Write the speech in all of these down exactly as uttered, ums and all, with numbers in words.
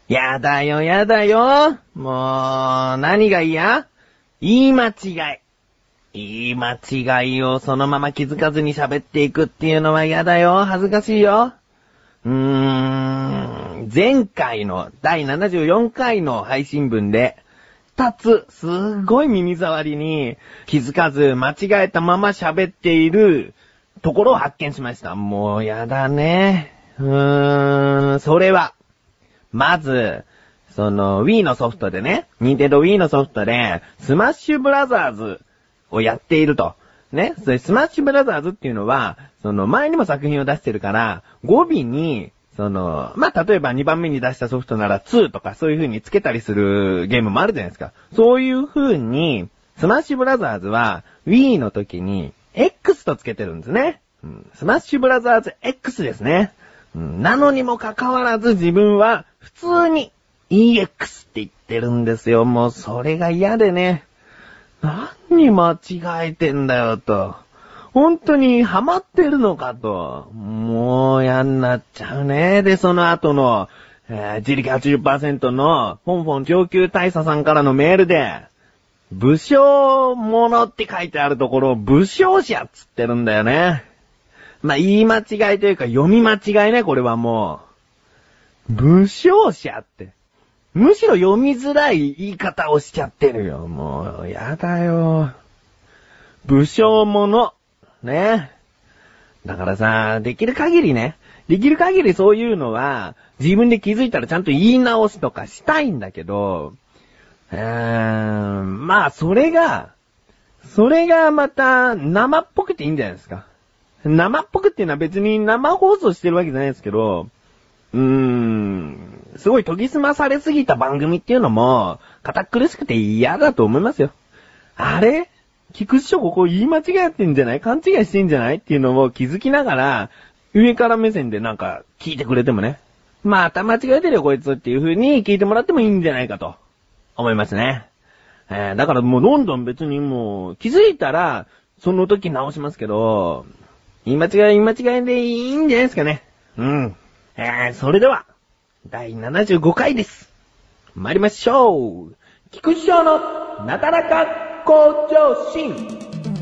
やだよやだよ。もう、何が嫌？言い間違い。言い間違いをそのまま気づかずに喋っていくっていうのは嫌だよ。恥ずかしいよ。うーん、前回のだいななじゅうよんかいの配信分で、二つ、すごい耳障りに気づかず間違えたまま喋っているところを発見しました。もうやだね。うーん、それは、まず、その Wii のソフトでね、Nintendo Wii のソフトで、スマッシュブラザーズをやっていると。ね、それスマッシュブラザーズっていうのは、その前にも作品を出してるから、語尾に、その、まあ、例えばにばんめに出したソフトならツーとかそういう風につけたりするゲームもあるじゃないですか。そういう風に、スマッシュブラザーズは Wii の時に X とつけてるんですね。うん、スマッシュブラザーズ X ですね。うん、なのにもかかわらず自分は普通に イーエックス って言ってるんですよ。もうそれが嫌でね。何間違えてんだよと。本当にハマってるのかと。もう嫌になっちゃうね。で、その後の、えー、自力 はちじゅっパーセント のフォンフォン上級大佐さんからのメールで、武将者って書いてあるところを武将者っつってるんだよね。まあ、言い間違いというか読み間違いね、これはもう。武将者って。むしろ読みづらい言い方をしちゃってるよ。もう、やだよ。武将者。ね。だからさ、できる限りね、できる限りそういうのは、自分で気づいたらちゃんと言い直すとかしたいんだけど、うーん、まあ、それが、それがまた、生っぽくていいんじゃないですか。生っぽくっていうのは別に生放送してるわけじゃないですけど、うーん、すごい研ぎ澄まされすぎた番組っていうのも、堅苦しくて嫌だと思いますよ。あれ？菊師匠ここ言い間違ってんじゃない？勘違いしてんじゃない？っていうのを気づきながら、上から目線でなんか聞いてくれてもね。また間違えてるよこいつっていう風に聞いてもらってもいいんじゃないかと思いますね。えー、だからもうどんどん別にもう気づいたら、その時直しますけど、言い間違い言い間違いでいいんじゃないですかね。うん。えー、それでは、だいななじゅうごかいです。参りましょう。菊師匠のなだらか向上心。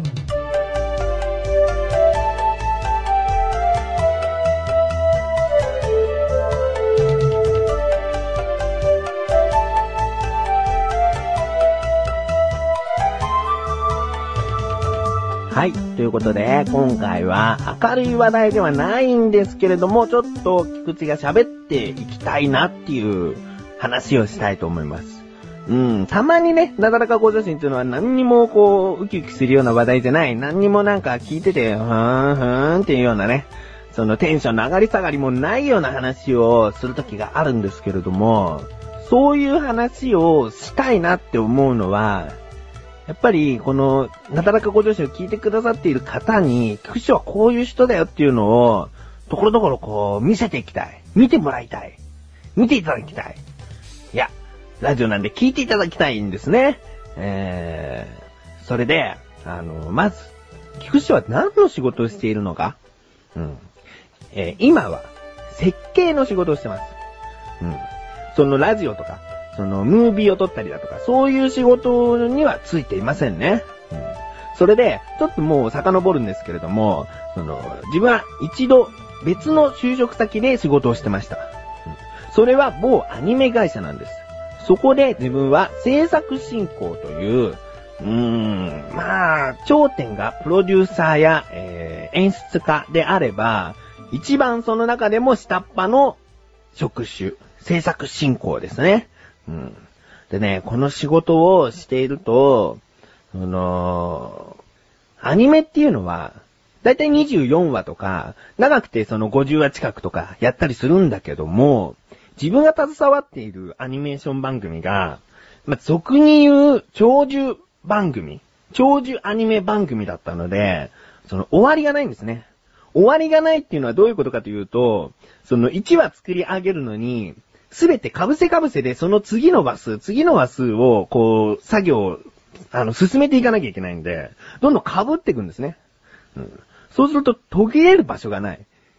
はい。ということで、今回は明るい話題ではないんですけれども、ちょっと菊池が喋っていきたいなっていう話をしたいと思います。うん、たまにね、なだらか向上心っていうのは何にもこう、ウキウキするような話題じゃない、何にもなんか聞いてて、ふーんふーんっていうようなね、そのテンションの上がり下がりもないような話をするときがあるんですけれども、そういう話をしたいなって思うのは、やっぱり、この、なだらか向上心を聞いてくださっている方に、菊池はこういう人だよっていうのを、ところどころこう、見せていきたい。見てもらいたい。見ていただきたい。いや、ラジオなんで聞いていただきたいんですね。えー、それで、あの、まず、菊池は何の仕事をしているのか。うん。えー、今は、設計の仕事をしてます。うん。そのラジオとか、そのムービーを撮ったりだとか、そういう仕事にはついていませんね。うん、それで、ちょっともう遡るんですけれども、その、自分は一度別の就職先で仕事をしてました。うん、それは某アニメ会社なんです。そこで自分は制作進行という、うーん、まあ、頂点がプロデューサーや、えー、演出家であれば、一番その中でも下っ端の職種、制作進行ですね。うん。でね、この仕事をしていると、あのー、アニメっていうのは、だいたいにじゅうよんわとか、長くてそのごじゅうわ近くとかやったりするんだけども、自分が携わっているアニメーション番組が、まあ、俗に言う長寿番組、長寿アニメ番組だったので、その終わりがないんですね。終わりがないっていうのはどういうことかというと、そのいちわ作り上げるのに、すべて被せ被せでその次の話数、次の話数を、こう、作業、あの、進めていかなきゃいけないんで、どんどん被っていくんですね。うん。そうすると途切れる場所がない。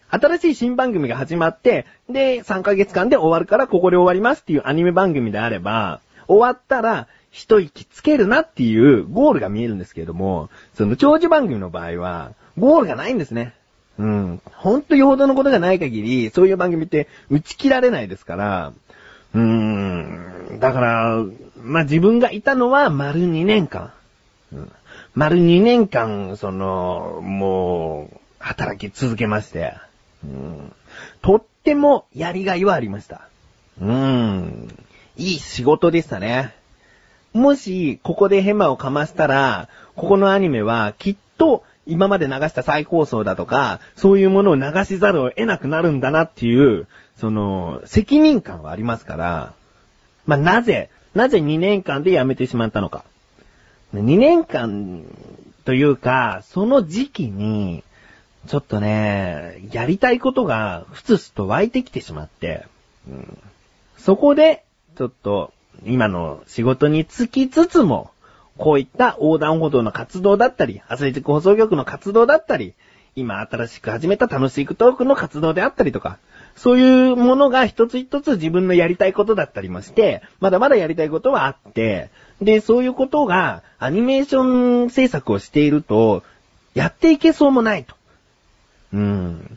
新しい新番組が始まって、で、さんかげつかんで終わるからここで終わりますっていうアニメ番組であれば、終わったら一息つけるなっていうゴールが見えるんですけれども、その長寿番組の場合は、ゴールがないんですね。うん。ほんとよほどのことがない限り、そういう番組って打ち切られないですから、うーん。だから、まあ、自分がいたのは丸にねんかん。うん、丸にねんかん、その、もう、働き続けまして、うん、とってもやりがいはありました。うーん。いい仕事でしたね。もし、ここでヘマをかましたら、ここのアニメはきっと今まで流した再放送だとか、そういうものを流しざるを得なくなるんだなっていう、その、責任感はありますから、まあ、なぜ、なぜにねんかんで辞めてしまったのか。にねんかんというか、その時期に、ちょっとね、やりたいことがふつふつと湧いてきてしまって、うん、そこで、ちょっと、今の仕事に就きつつも、こういった横断歩道の活動だったり、アスレチック放送局の活動だったり、今新しく始めた楽しいトークの活動であったりとか、そういうものが一つ一つ自分のやりたいことだったりもして、まだまだやりたいことはあって、で、そういうことがアニメーション制作をしていると、やっていけそうもないと。うん。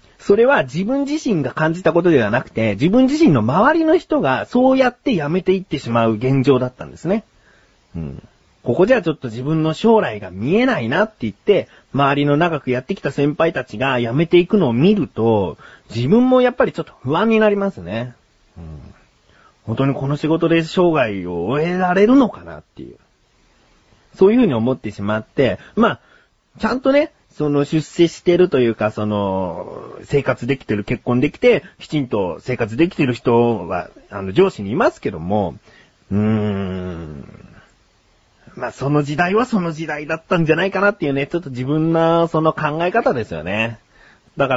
それは自分自身が感じたことではなくて、自分自身の周りの人がそうやって辞めていってしまう現状だったんですね。うん。ここじゃちょっと自分の将来が見えないなって言って、周りの長くやってきた先輩たちが辞めていくのを見ると、自分もやっぱりちょっと不安になりますね。うん。本当にこの仕事で生涯を終えられるのかなっていう。そういうふうに思ってしまって、まあ、ちゃんとね、その出世してるというか、その、生活できてる、結婚できて、きちんと生活できてる人は、あの、上司にいますけども、うーん、まあ、その時代はその時代だったんじゃないかなっていうね、ちょっと自分のその考え方ですよね。だから、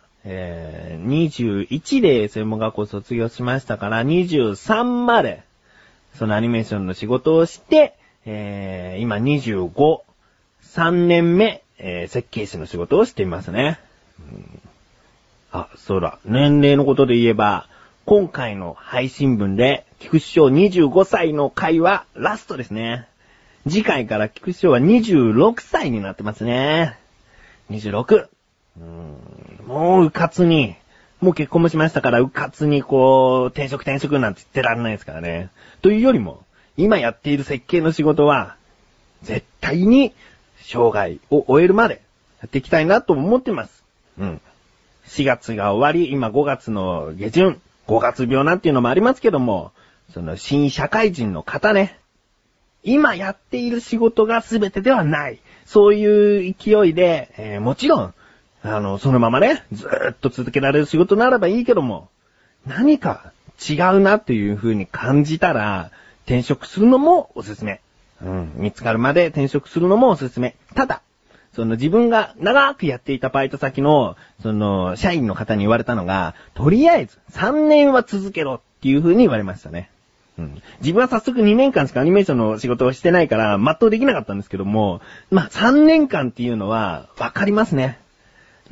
えー、にじゅういちで専門学校卒業しましたから、にじゅうさんまで、そのアニメーションの仕事をして、えー、今にじゅうご、さんねんめ、えー、設計士の仕事をしていますね。うん、あ、そうだ。年齢のことで言えば、今回の配信分で、菊師匠にじゅうごさいの回はラストですね。次回から菊師匠はにじゅうろくさいになってますね。にじゅうろく。うーん、もううかつに、もう結婚もしましたからうかつにこう、転職転職なんて言ってられないですからね。というよりも、今やっている設計の仕事は、絶対に、生涯を終えるまでやっていきたいなと思ってます。うん。しがつが終わり、今ごがつの下旬、ごがつ病なんていうのもありますけども、その新社会人の方ね、今やっている仕事が全てではない。そういう勢いで、えー、もちろん、あの、そのままね、ずーっと続けられる仕事ならばいいけども、何か違うなっていう風に感じたら、転職するのもおすすめ。うん、見つかるまで転職するのもおすすめ。ただ、その自分が長くやっていたバイト先の、その、社員の方に言われたのが、とりあえずさんねんは続けろっていう風に言われましたね。うん、自分は早速にねんかんしかアニメーションの仕事をしてないから、全うできなかったんですけども、まあさんねんかんっていうのは、わかりますね。うん、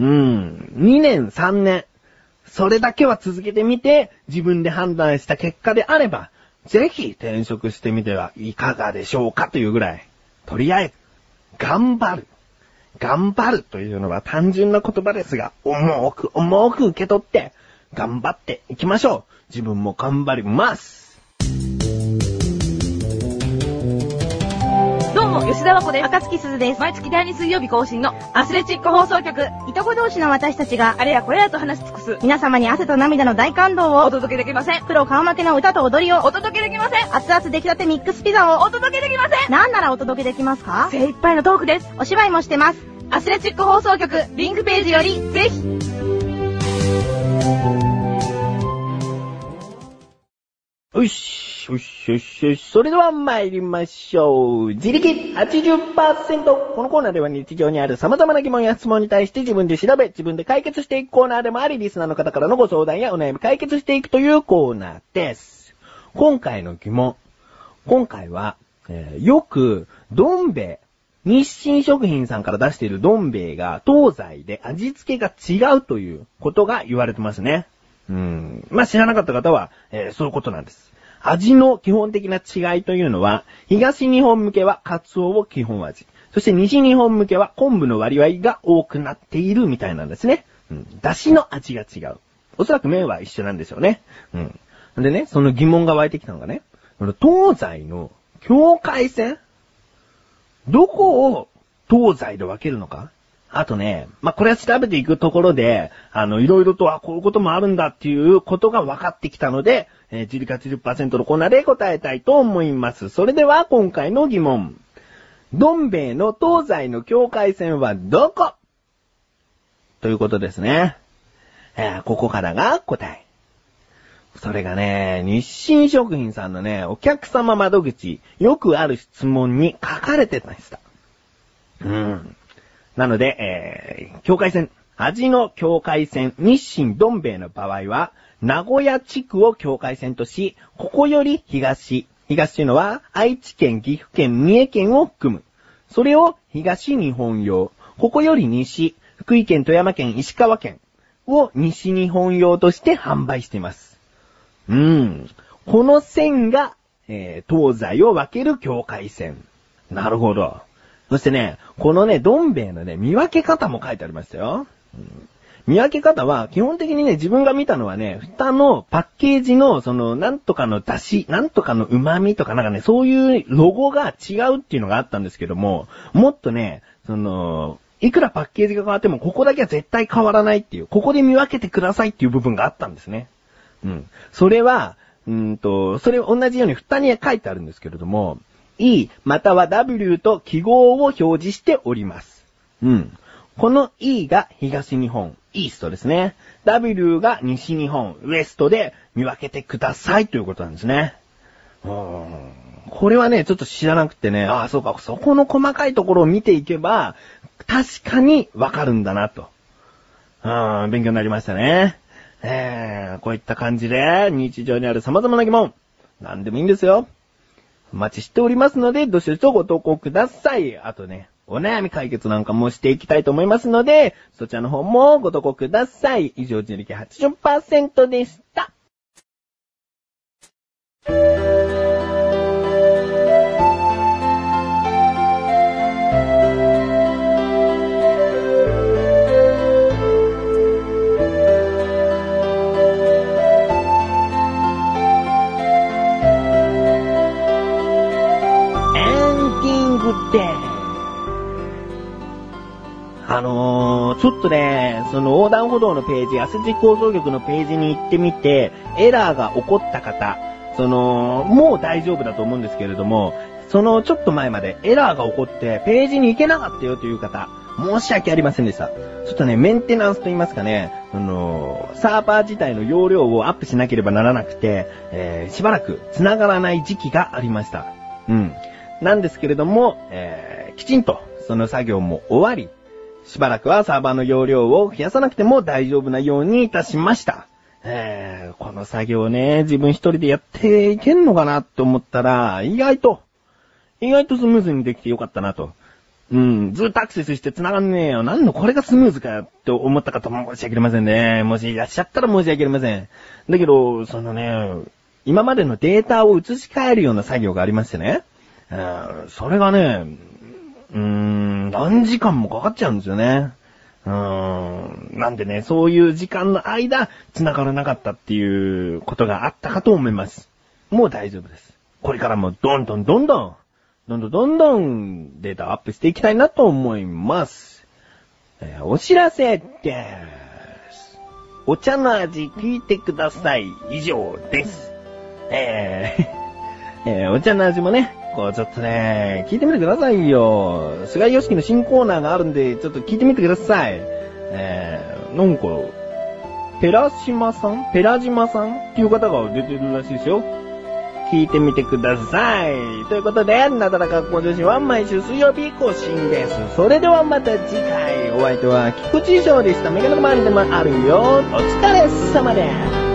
にねん、さんねん。それだけは続けてみて、自分で判断した結果であれば、ぜひ転職してみてはいかがでしょうかというぐらい。とりあえず、頑張る。頑張るというのは単純な言葉ですが、重く重く受け取って、頑張っていきましょう。自分も頑張ります。 どうも、吉田和子です。赤月鈴です。毎月だいに水曜日更新のアスレチック放送局。 いとこ同士の私たちが、 あれやこれやと話し尽くす。 皆様に汗と涙の大感動をお届けできません。 プロ顔負けの歌と踊りをお届けできません。 熱々出来立てミックスピザをお届けできません。 なんならお届けできますか？ 精一杯のトークです。 お芝居もしてます。 アスレチック放送局、リンクページより、ぜひ。 よし、よし、よし、よし。それでは参りましょう。自力 はちじゅっパーセント。このコーナーでは日常にある様々な疑問や質問に対して自分で調べ、自分で解決していくコーナーでもあり、リスナーの方からのご相談やお悩み解決していくというコーナーです。今回の疑問。今回は、えー、よく、どん兵衛日清食品さんから出しているどん兵衛が東西で味付けが違うということが言われてますね。うん。まあ、知らなかった方は、えー、そういうことなんです。味の基本的な違いというのは、東日本向けはカツオを基本味。そして西日本向けは昆布の割合が多くなっているみたいなんですね。うん。出汁の味が違う。おそらく麺は一緒なんでしょうね。うん。でね、その疑問が湧いてきたのがね、東西の境界線？どこを東西で分けるのか？あとね、まあ、これは調べていくところで、あの、いろいろと、あ、こういうこともあるんだっていうことが分かってきたので、えー、自力 はちじゅっパーセント のコーナーで答えたいと思います。それでは今回の疑問。どん兵衛の東西の境界線はどこ？ということですね。えー、ここからが答え。それがね、日清食品さんのね、お客様窓口、よくある質問に書かれてました。うん。なので、えー、境界線、味の境界線、日清どん兵衛の場合は、名古屋地区を境界線とし、ここより東、東というのは愛知県、岐阜県、三重県を含む。それを東日本用、ここより西、福井県、富山県、石川県を西日本用として販売しています。うん。この線が、えー、東西を分ける境界線。なるほど。そしてね、このね、どん兵衛のね、見分け方も書いてありましたよ。うん、見分け方は、基本的にね、自分が見たのはね、蓋のパッケージの、その、なんとかの出汁、なんとかの旨味とかなんかね、そういうロゴが違うっていうのがあったんですけども、もっとね、その、いくらパッケージが変わっても、ここだけは絶対変わらないっていう、ここで見分けてくださいっていう部分があったんですね。うん。それは、うんと、それ同じように蓋に書いてあるんですけれども、E または W と記号を表示しております。うん。この E が東日本、イーストですね。W が西日本、ウエストで見分けてくださいということなんですね。うーん。これはね、ちょっと知らなくてね、ああ、そうか、そこの細かいところを見ていけば、確かにわかるんだなと。うーん、勉強になりましたね。えー、こういった感じで、日常にある様々な疑問、なんでもいいんですよ。お待ちしておりますので、どしどしとご投稿ください。あとね、お悩み解決なんかもしていきたいと思いますので、そちらの方もご投稿ください。以上、自力 はちじゅっパーセント でした。あのー、ちょっとね、その横断歩道のページ、アスレチック放送局のページに行ってみて、エラーが起こった方、その、もう大丈夫だと思うんですけれども、そのちょっと前までエラーが起こってページに行けなかったよという方、申し訳ありませんでした。ちょっとね、メンテナンスと言いますかね、あのー、サーバー自体の容量をアップしなければならなくて、えー、しばらく繋がらない時期がありました。うん。なんですけれども、えー、きちんとその作業も終わり、しばらくはサーバーの容量を増やさなくても大丈夫なようにいたしました。えー、この作業ね、自分一人でやっていけんのかなって思ったら、意外と、意外とスムーズにできてよかったなと。うん、ずっとアクセスして繋がんねえよ。なんのこれがスムーズかよって思った方も申し訳ありませんね。もしいらっしゃったら申し訳ありません。だけど、そのね、今までのデータを移し替えるような作業がありましてね。えー、それがね、うーん、何時間もかかっちゃうんですよね。うーん、なんでね、そういう時間の間、繋がらなかったっていうことがあったかと思います。もう大丈夫です。これからもどんどんどんどん、どんどんどんどんデータアップしていきたいなと思います。えー、お知らせです。お茶の味聞いてください。以上です。えー、えー、お茶の味もね、こうちょっとね、聞いてみてくださいよ。菅井良樹の新コーナーがあるんで、ちょっと聞いてみてください。えー、なんか、ペラ島さんペラ島さんっていう方が出てるらしいですよ。聞いてみてください。ということで、なだらか向上心は毎週水曜日更新です。それではまた次回、お相手は菊池翔でした。メガネの周りでもあるよ。お疲れ様です。